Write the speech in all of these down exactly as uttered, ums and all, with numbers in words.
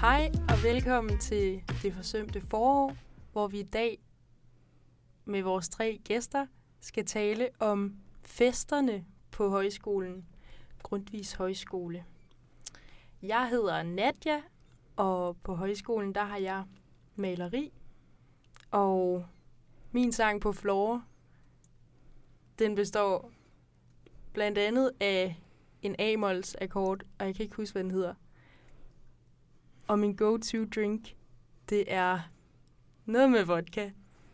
Hej og velkommen til Det Forsømte Forår, hvor vi i dag med vores tre gæster skal tale om festerne på højskolen, Grundtvigs Højskole. Jeg hedder Nadja, og på højskolen der har jeg maleri, og min sang på floor, den består blandt andet af en A-mols akkord, og jeg kan ikke huske, hvad den hedder. Og min go-to drink, det er noget med vodka.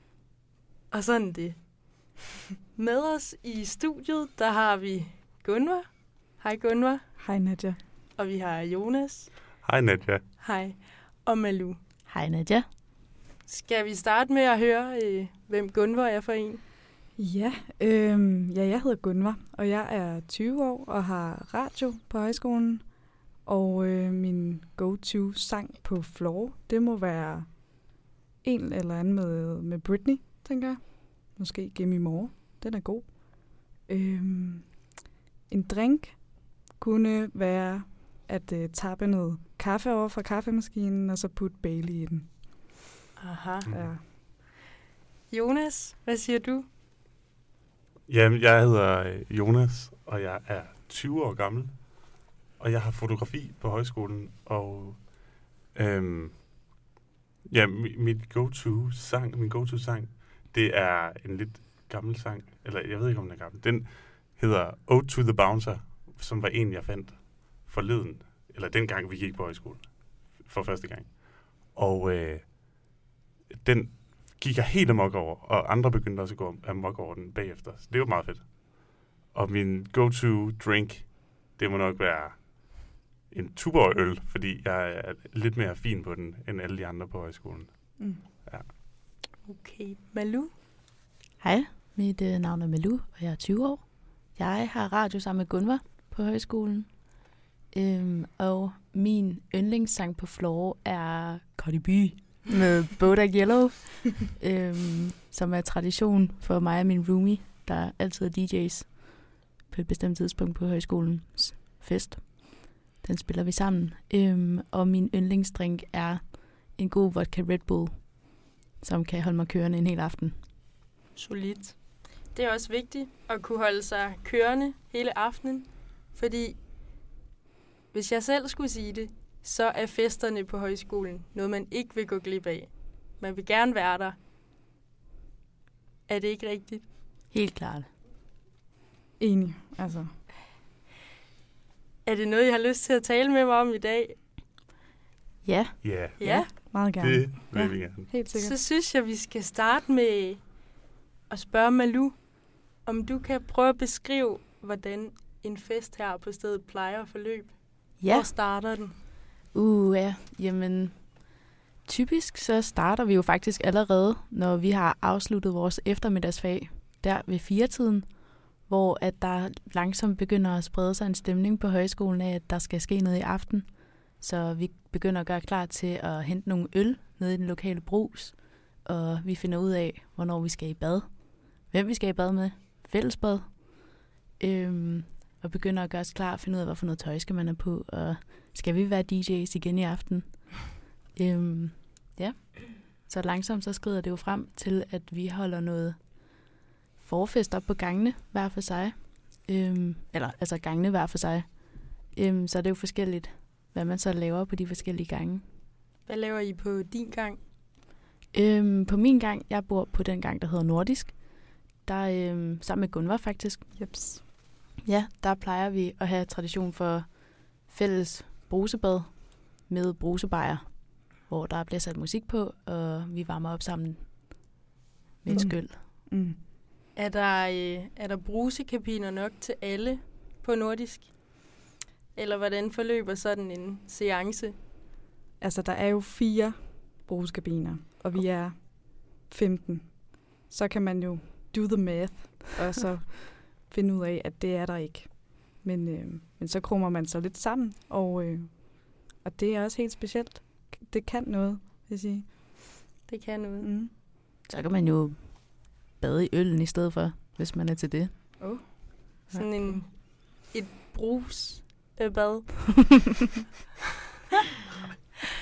Og sådan det. Med os i studiet, der har vi Gunvar. Hej Gunvar. Hej Nadja. Og vi har Jonas. Hej Nadja. Hej. Og Malou. Hej Nadja. Skal vi starte med at høre, øh, hvem Gunvar er for en? Ja, øh, ja, jeg hedder Gunvar, og jeg er tyve år og har radio på højskolen. Og øh, min go-to sang på floor, det må være en eller anden med, med Britney, tænker jeg. Måske Gimme More. Den er god. Øhm, en drink kunne være at øh, tappe noget kaffe over fra kaffemaskinen, og så putte Bailey i den. Aha. Ja. Jonas, hvad siger du? Jamen, jeg hedder Jonas, og jeg er tyve år gammel. Og jeg har fotografi på højskolen, og øhm, ja, mit go-to-sang, min go-to-sang, det er en lidt gammel sang, eller jeg ved ikke, om den er gammel. Den hedder Ode to the Bouncer, som var en, jeg fandt forleden, eller dengang vi gik på højskole, for første gang. Og øh, den gik jeg helt amok over, og andre begyndte også at gå amok over den bagefter. Så det var meget fedt. Og min go-to-drink, det må nok være en Tuborg-øl, fordi jeg er lidt mere fin på den, end alle de andre på højskolen. Mm. Ja. Okay, Malou? Hej, mit øh, navn er Malou, og jeg er tyve år. Jeg har radio sammen med Gunvar på højskolen. Øhm, og min yndlingssang på floor er Cardi B med Bodak Yellow, øhm, som er tradition for mig og min roomie, der altid er D J's på et bestemt tidspunkt på højskolens fest. Den spiller vi sammen. Øhm, og min yndlingsdrink er en god vodka Red Bull, som kan holde mig kørende en hel aften. Solidt. Det er også vigtigt at kunne holde sig kørende hele aftenen, fordi hvis jeg selv skulle sige det, så er festerne på højskolen noget, man ikke vil gå glip af. Man vil gerne være der. Er det ikke rigtigt? Helt klart. Enig, altså. Er det noget, jeg har lyst til at tale med mig om i dag? Ja. Ja, Ja. Meget gerne. det vil Ja. vi gerne. Helt sikkert. Så synes jeg, vi skal starte med at spørge Malou, om du kan prøve at beskrive, hvordan en fest her på stedet plejer at forløbe. Ja. Hvor starter den? Uh, ja. Jamen, typisk så starter vi jo faktisk allerede, når vi har afsluttet vores eftermiddagsfag, der ved firetiden, hvor at der langsomt begynder at sprede sig en stemning på højskolen af, at der skal ske noget i aften. Så vi begynder at gøre klar til at hente nogle øl nede i den lokale brus, og vi finder ud af, hvornår vi skal i bad. Hvem vi skal i bad med. Fællesbad. Øhm, og begynder at gøre os klar og finde ud af, hvad for noget tøj skal man have på, og skal vi være D J's igen i aften. Øhm, ja. Så langsomt så skrider det jo frem til, at vi holder noget forfest op på gangene hver for sig. Øhm, eller altså gangene hver for sig. Øhm, så er det jo forskelligt, hvad man så laver på de forskellige gange. Hvad laver I på din gang? Øhm, på min gang, jeg bor på den gang, der hedder Nordisk. Der øhm, sammen med Gunvar faktisk. Jeps. Ja, der plejer vi at have tradition for fælles brusebad med brusebajer, hvor der bliver sat musik på, og vi varmer op sammen med et Mm. skyld. Mm. Er der, øh, er der brusekabiner nok til alle på Nordisk? Eller hvordan forløber sådan en seance? Altså, der er jo fire brugskabiner, og vi er femten. Så kan man jo do the math, og så finde ud af, at det er der ikke. Men, øh, men så krummer man sig lidt sammen, og, øh, og det er også helt specielt. Det kan noget, vil jeg sige. Det kan noget. Mm. Så kan man jo bade i øllen i stedet for, hvis man er til det. Oh. Sådan en, et brus øh, bad.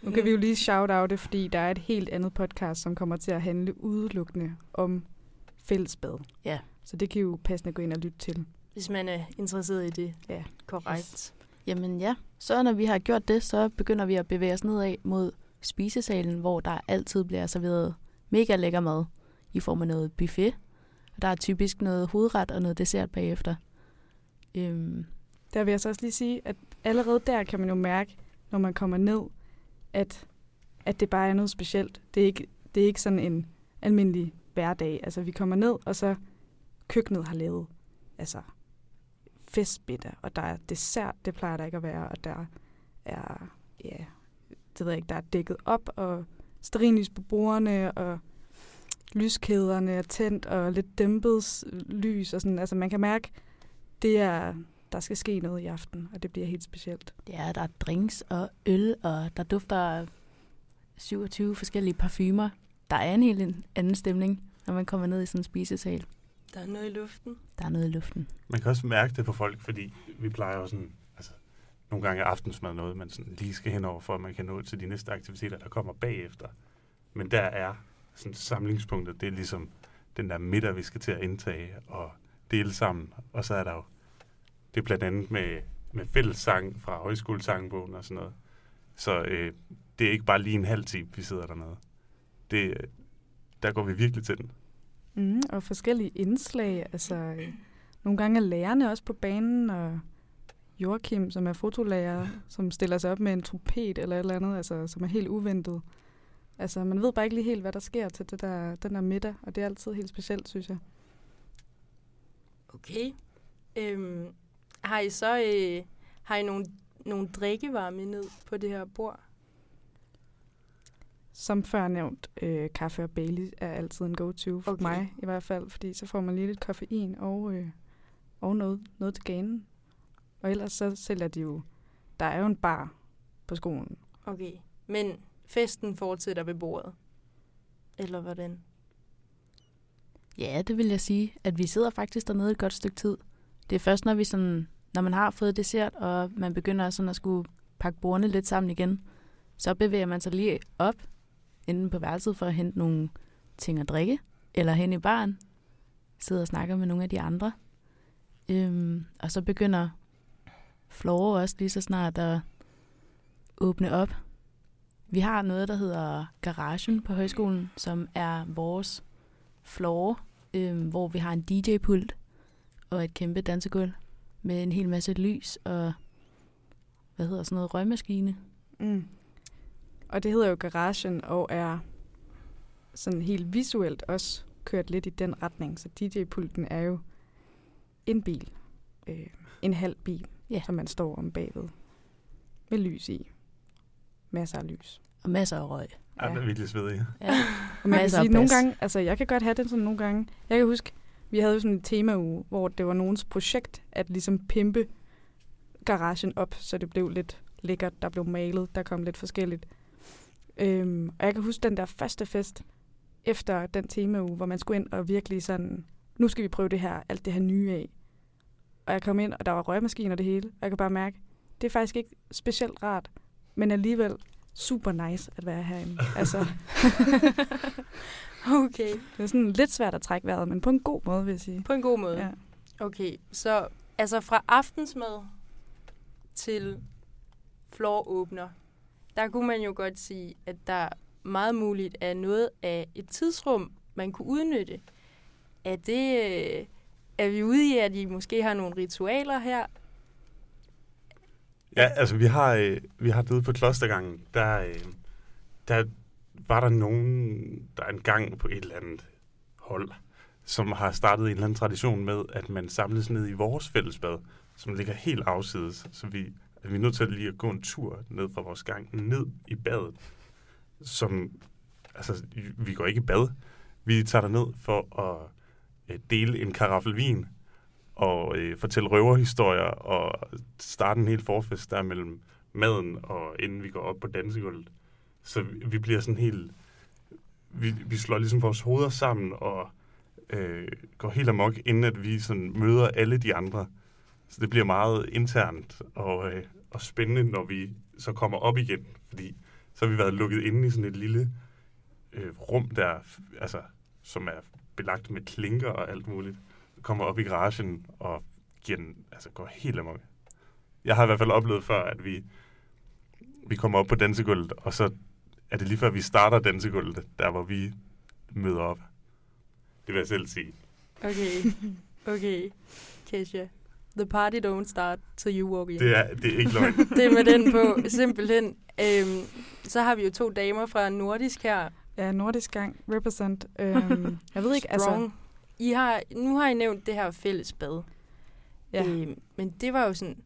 Nu kan vi jo lige shout-out det, fordi der er et helt andet podcast, som kommer til at handle udelukkende om fællesbad. Ja. Så det kan I jo passende gå ind og lytte til. Hvis man er interesseret i det. Ja. Korrekt. Yes. Jamen ja, så når vi har gjort det, så begynder vi at bevæge os nedad mod spisesalen, hvor der altid bliver serveret mega lækker mad i form af noget buffet. Der er typisk noget hovedret og noget dessert bagefter. Øhm. Der vil jeg så også lige sige, at allerede der kan man jo mærke, når man kommer ned, at, at det bare er noget specielt. Det er ikke, det er ikke sådan en almindelig hverdag. Altså vi kommer ned, og så køkkenet har lavet altså festbitter, og der er dessert, det plejer der ikke at være, og der er, ja, det ved jeg ikke, der er dækket op, og stearinlys på bordene, og lyskæderne er tændt, og lidt dæmpet lys, og sådan, altså man kan mærke, det er, der skal ske noget i aften, og det bliver helt specielt. Ja, der er drinks og øl, og der dufter syvogtyve forskellige parfumer. Der er en helt anden stemning, når man kommer ned i sådan en spisesal. Der er noget i luften. Der er noget i luften. Man kan også mærke det på folk, fordi vi plejer jo sådan, altså nogle gange er aftensmad noget, man sådan lige skal henover, for at man kan nå til de næste aktiviteter, der kommer bagefter. Men der er sådan samlingspunktet, det er ligesom den der middag, vi skal til at indtage og dele sammen. Og så er der jo, det er blandt andet med, med fællessang fra højskolesangbogen og sådan noget. Så øh, det er ikke bare lige en halv time, vi sidder dernede. Det, der går vi virkelig til den. Mm, og forskellige indslag. Altså, øh, nogle gange er lærerne også på banen, og Joachim, som er fotolærer, som stiller sig op med en trompet eller et eller andet, altså, som er helt uventet. Altså, man ved bare ikke lige helt, hvad der sker til det der, den der middag, og det er altid helt specielt, synes jeg. Okay. Øhm, har I så øh, har I nogle, nogle drikkevarer med ned på det her bord? Som før nævnt, øh, kaffe og Bailey er altid en go-to for Okay. mig i hvert fald, fordi så får man lige lidt koffein og, øh, og noget, noget til ganen. Og ellers så sælger de jo, der er jo en bar på skolen. Okay. Men festen fortsætter ved bordet? Eller hvordan? Ja, det vil jeg sige, at vi sidder faktisk dernede et godt stykke tid. Det er først, når vi sådan, når man har fået dessert, og man begynder sådan at skulle pakke bordene lidt sammen igen, så bevæger man sig lige op, enten på værelset for at hente nogle ting at drikke, eller hen i baren, sidder og snakker med nogle af de andre. Øhm, og så begynder Flore også lige så snart at åbne op. Vi har noget, der hedder Garagen på højskolen, som er vores floor, øhm, hvor vi har en D J-pult og et kæmpe dansegulv med en hel masse lys og hvad hedder sådan noget, røgmaskine. Mm. Og det hedder jo Garagen, og er sådan helt visuelt også kørt lidt i den retning. Så D J-pulten er jo en bil, øh, en halv bil, Ja. som man står om bagved, med lys i. Masser af lys. Og masser af røg. Ja. Jeg er virkelig svedig. Ja. Og man kan Masser af sige, nogle bas. gange, altså jeg kan godt have det sådan nogle gange. Jeg kan huske, vi havde jo sådan en temauge, hvor det var nogens projekt at ligesom pimpe garagen op, så det blev lidt lækkert, der blev malet, der kom lidt forskelligt. Øhm, og jeg kan huske den der første fest efter den temauge, hvor man skulle ind og virkelig sådan, nu skal vi prøve det her, alt det her nye af. Og jeg kom ind, og der var røgmaskiner og det hele, og jeg kan bare mærke, det er faktisk ikke specielt rart, men alligevel super nice at være herinde. Altså, Okay. det er sådan lidt svært at trække vejret, men på en god måde, vil jeg sige. På en god måde. Ja. Okay, så altså fra aftensmad til flooråbner, der kunne man jo godt sige, at der meget muligt er noget af et tidsrum, man kunne udnytte. Er det, øh, er vi ude i, at I måske har nogle ritualer her? Ja, altså vi har, øh, vi har nede på Klostergangen, der, øh, der var der nogen, der engang på et eller andet hold, som har startet en eller anden tradition med, at man samles ned i vores fællesbad, som ligger helt afsides. Så vi, at vi er nødt til lige at gå en tur ned fra vores gang, ned i badet. Som, altså, vi går ikke i bad. Vi tager der ned for at øh, dele en karaffel vin, og øh, fortælle røverhistorier, og starte en hel forfest der mellem maden, og inden vi går op på dansegulvet. Så vi, vi bliver sådan helt... Vi, vi slår ligesom vores hoveder sammen, og øh, går helt amok, inden at vi sådan møder alle de andre. Så det bliver meget internt og, øh, og spændende, når vi så kommer op igen, fordi så har vi været lukket inde i sådan et lille øh, rum der, altså, som er belagt med klinker og alt muligt. Kommer op i garagen og giver den, altså går helt amok. Jeg har i hvert fald oplevet før, at vi, vi kommer op på dansegulvet, og så er det lige før vi starter dansegulvet, der hvor vi møder op. Det vil jeg selv sige. Okay, okay, Kesha. The party don't start till you walk in. Det er, det er ikke løgn. Det er med den på, simpelthen. Øhm, så har vi jo to damer fra Nordisk her. Ja, Nordisk Gang, represent. Øhm, jeg ved ikke, Strong. altså... I har, nu har I nævnt det her fælles bad. Ja. Øhm, men det var jo sådan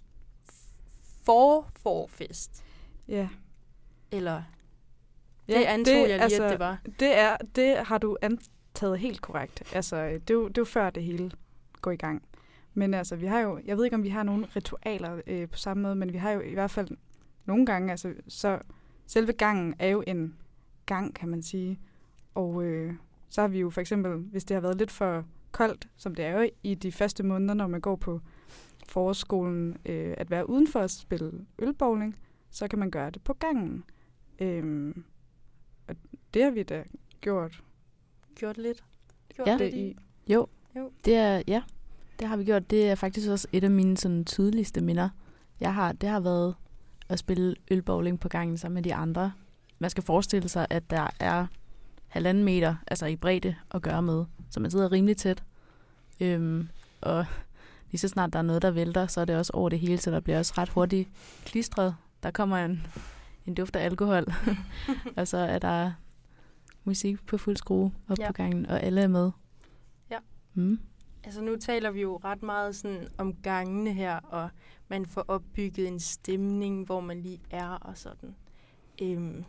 for-forfest. Ja. Eller, Ja, det antog jeg lige, altså, at det var. Det, er, det har du antaget helt korrekt. Altså, det er, jo, det er jo før det hele går i gang. Men altså, vi har jo, jeg ved ikke, om vi har nogle ritualer øh, på samme måde, men vi har jo i hvert fald nogle gange, altså, så selve gangen er jo en gang, kan man sige. Og øh, så har vi jo for eksempel, hvis det har været lidt for koldt, som det er jo i de første måneder, når man går på forårsskolen, øh, at være udenfor at spille ølbowling, så kan man gøre det på gangen. Øhm, og det har vi da gjort. Gjort lidt. Gjort Ja. lidt i. Jo, Jo. det er, ja, det har vi gjort. Det er faktisk også et af mine sådan, tydeligste minder. Jeg har, det har været at spille ølbowling på gangen sammen med de andre. Man skal forestille sig, at der er halvanden meter, altså i bredde, at gøre med. Så man sidder rimelig tæt. Øhm, og lige så snart der er noget, der vælter, så er det også over det hele, så der bliver også ret hurtigt klistret. Der kommer en, en duft af alkohol, og så er der musik på fuld skrue op Ja. på gangen, og alle er med. Ja. Mm. Altså nu taler vi jo ret meget sådan om gangene her, og man får opbygget en stemning, hvor man lige er og sådan. Øhm,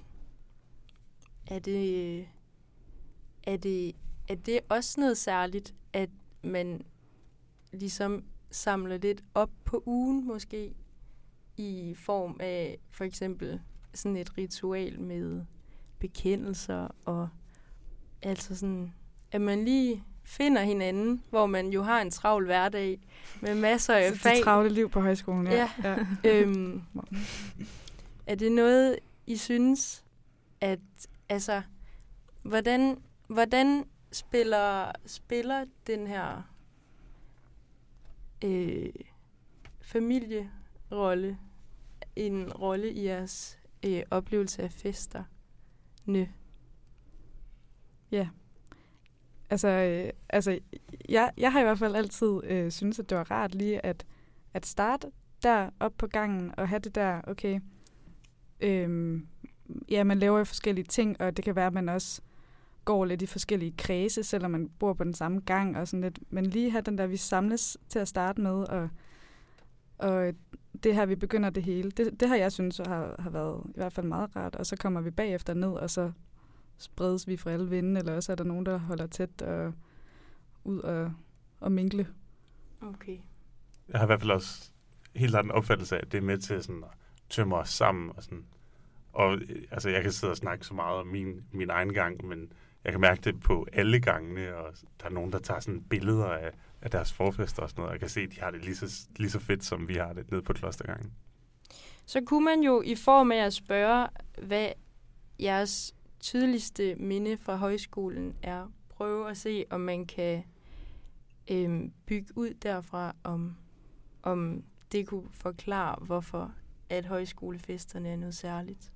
er det er det er det også noget særligt, at man ligesom samler lidt op på ugen måske i form af for eksempel sådan et ritual med bekendelser og altså sådan, at man lige finder hinanden, hvor man jo har en travl hverdag med masser af Så fag. det travle liv på højskolen, ja. Ja. ja. Øhm, er det noget, I synes, at altså, hvordan, hvordan spiller, spiller den her øh, familierolle en rolle i jeres øh, oplevelse af fester? Nø. Ja. Altså, øh, altså jeg, jeg har i hvert fald altid øh, synes, at det var rart lige at, at starte der op på gangen og have det der, okay, øhm, ja, man laver jo forskellige ting, og det kan være, at man også går lidt i forskellige kredse, selvom man bor på den samme gang og sådan lidt. Men lige have den der, vi samles til at starte med, og, og det her, vi begynder det hele. Det, det har jeg synes har, har været i hvert fald meget rart, og så kommer vi bagefter ned, og så spredes vi fra alle vinde, eller også er der nogen, der holder tæt og ud og, og minkle. Okay. Jeg har i hvert fald også helt klart en opfattelse af, at det er med til sådan at tømme os sammen. Og, sådan. og altså, jeg kan sidde og snakke så meget om min, min egen gang, men jeg kan mærke det på alle gangene, og der er nogen, der tager sådan billeder af, af deres forfester og sådan noget, og jeg kan se, at de har det lige så, lige så fedt, som vi har det nede på klostergangen. Så kunne man jo i form af at spørge, hvad jeres tydeligste minde fra højskolen er, prøve at se, om man kan øhm, bygge ud derfra, om, om det kunne forklare, hvorfor at højskolefesterne er noget særligt.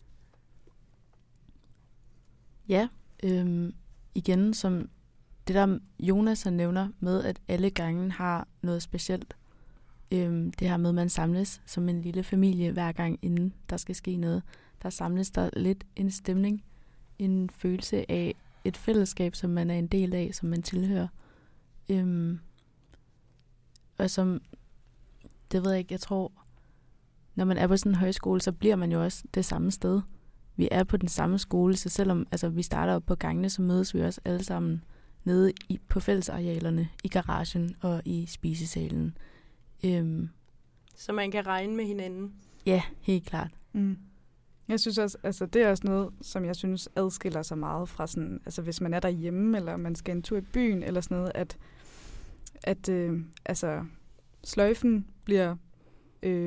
Ja, øhm, igen som det der Jonas han nævner med, at alle gangen har noget specielt. Øhm, det her med, at man samles som en lille familie hver gang, inden der skal ske noget. Der samles der lidt en stemning, en følelse af et fællesskab, som man er en del af, som man tilhører. Øhm, og som, det ved jeg ikke, jeg tror, når man er på sådan en højskole, så bliver man jo også det samme sted. Vi er på den samme skole, så selvom altså, vi starter op på gangene, så mødes vi også alle sammen nede i, på fællesarealerne, i garagen og i spisesalen. Øhm, Så man kan regne med hinanden. ja, helt klart. Mm. Jeg synes også, altså det er også noget, som jeg synes adskiller sig meget fra sådan, altså hvis man er derhjemme, eller man skal en tur i byen, eller sådan noget, at, at øh, altså sløjfen bliver øh,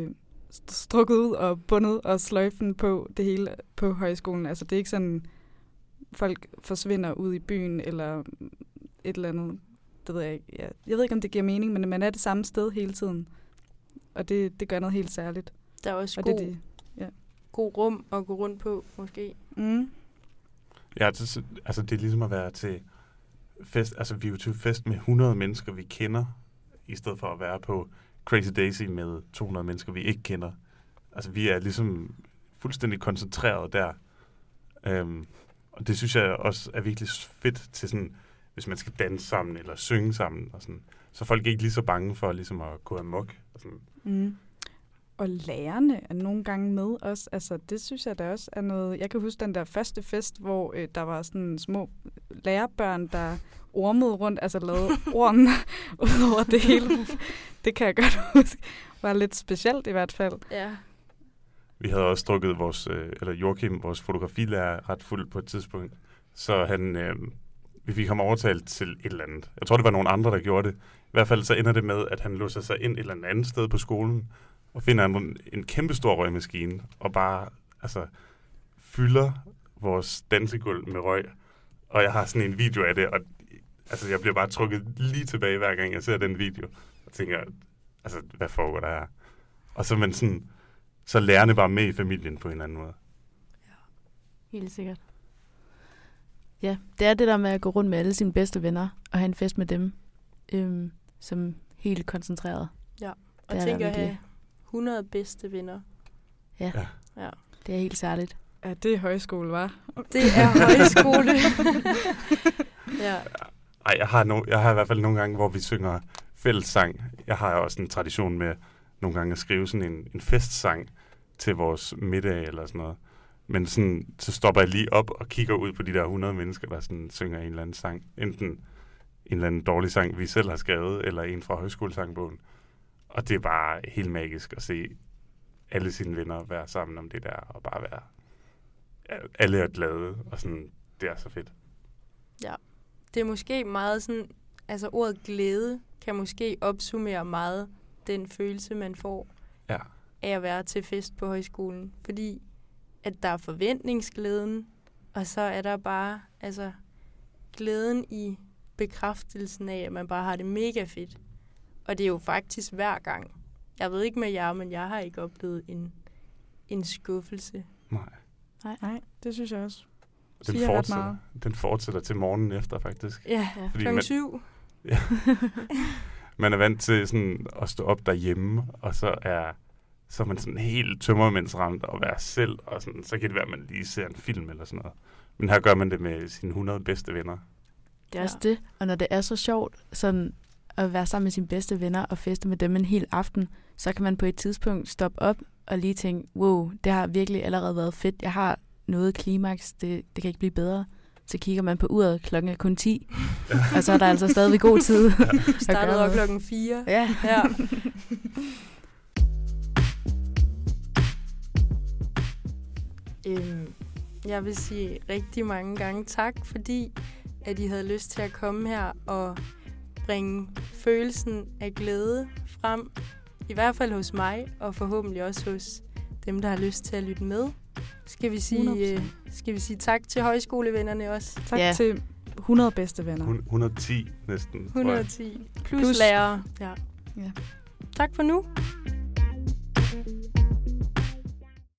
strukket ud og bundet og sløjfen på det hele på højskolen. Altså det er ikke sådan, folk forsvinder ud i byen eller et eller andet. Det ved jeg ikke. Jeg, jeg ved ikke, om det giver mening, men man er det samme sted hele tiden. Og det, det gør noget helt særligt. Der er også og god, det, det, ja. god rum at gå rundt på, måske. Mm. Ja, det, altså det er ligesom at være til fest, altså vi er jo til fest med hundrede mennesker, vi kender, i stedet for at være på Crazy Daisy med to hundrede mennesker, vi ikke kender. Altså vi er ligesom fuldstændig koncentreret der. Um, og det synes jeg også er virkelig fedt til sådan, hvis man skal danse sammen eller synge sammen. Og sådan. Så folk er ikke lige så bange for ligesom at gå amok. Og, sådan. Mm. Og lærerne er nogle gange med også. Altså, det synes jeg da også er noget... Jeg kan huske den der første fest, hvor øh, der var sådan små lærerbørn, der ormede rundt, altså lavede ormen ud over det hele. Det kan jeg godt huske. Var lidt specielt i hvert fald. Ja. Vi havde også drukket vores, øh, eller Joachim, vores fotografilærer, ret fuld på et tidspunkt. Så han, øh, vi fik ham overtalt til et eller andet. Jeg tror, det var nogle andre, der gjorde det. I hvert fald så ender det med, at han låser sig ind et eller andet sted på skolen, og finder en, en kæmpe stor røgmaskine, og bare altså, fylder vores dansegulv med røg. Og jeg har sådan en video af det, og altså, jeg bliver bare trukket lige tilbage, hver gang jeg ser den video. Og tænker, altså, hvad foregår der her? Og så, man sådan, så lærerne bare med i familien på en eller anden måde. Ja, helt sikkert. Ja, det er det der med at gå rundt med alle sine bedste venner, og have en fest med dem, øhm, som helt koncentreret. Ja, og det tænker at have hundrede bedste venner. Ja. Ja. Ja, det er helt særligt. Ja, det er højskole, var. Det er højskole. Ja. Ej, jeg har, no, jeg har i hvert fald nogle gange, hvor vi synger fællessang. Jeg har også en tradition med nogle gange at skrive sådan en, en festsang til vores middag eller sådan noget. Men sådan, så stopper jeg lige op og kigger ud på de der hundrede mennesker, der sådan synger en eller anden sang. Enten en eller anden dårlig sang, vi selv har skrevet, eller en fra højskolesangbogen. Og det er bare helt magisk at se alle sine venner være sammen om det der, og bare være... Alle er glade, og sådan, det er så fedt. Ja, det er måske meget sådan... Altså ordet glæde kan måske opsummere meget den følelse, man får ja. af at være til fest på højskolen. Fordi at der er forventningsglæden, og så er der bare altså glæden i bekræftelsen af, at man bare har det mega fedt. Og det er jo faktisk hver gang. Jeg ved ikke med jer, men jeg har ikke oplevet en, en skuffelse. Nej. Nej. Nej, det synes jeg også. Den fortsætter, den fortsætter til morgenen efter, faktisk. Ja, ja. klokken syv. Ja. Man er vant til sådan at stå op derhjemme, og så er, så er man sådan helt tømmermændsramt og være selv, og sådan, så kan det være, at man lige ser en film eller sådan noget. Men her gør man det med sine hundrede bedste venner. Det er også det, og når det er så sjovt sådan at være sammen med sine bedste venner og feste med dem en hel aften, så kan man på et tidspunkt stoppe op og lige tænke, wow, det har virkelig allerede været fedt. Jeg har noget klimaks, det, det kan ikke blive bedre. Så kigger man på uret, klokken er kun ti, og så er der altså stadigvæk god tid. Ja. Startede op klokken fire. Ja. Ja. øhm, jeg vil sige rigtig mange gange tak, fordi at I havde lyst til at komme her og bringe følelsen af glæde frem. I hvert fald hos mig, og forhåbentlig også hos dem, der har lyst til at lytte med. Skal vi sige, øh, skal vi sige tak til højskolevennerne også? Tak ja. til hundrede bedste venner. et hundrede og ti næsten. et hundrede og ti. Plus, Plus lærere. Ja. Ja. Tak for nu.